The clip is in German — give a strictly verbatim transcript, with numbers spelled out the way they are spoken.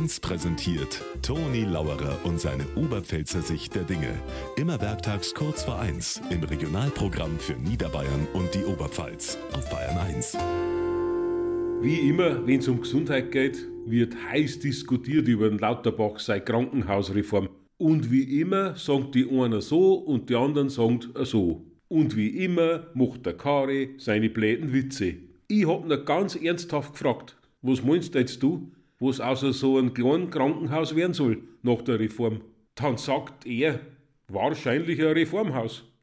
eins präsentiert Toni Lauerer und seine Oberpfälzer Sicht der Dinge. Immer werktags kurz vor eins im Regionalprogramm für Niederbayern und die Oberpfalz auf Bayern eins. Wie immer, wenn es um Gesundheit geht, wird heiß diskutiert über den Lauterbach seine Krankenhausreform. Und wie immer sagen die einen so und die anderen sagen so. Und wie immer macht der Kari seine bläden Witze. Ich hab ihn ganz ernsthaft gefragt, was meinst jetzt du, was außer so einem kleinen Krankenhaus werden soll nach der Reform? Dann sagt er, wahrscheinlich ein Reformhaus.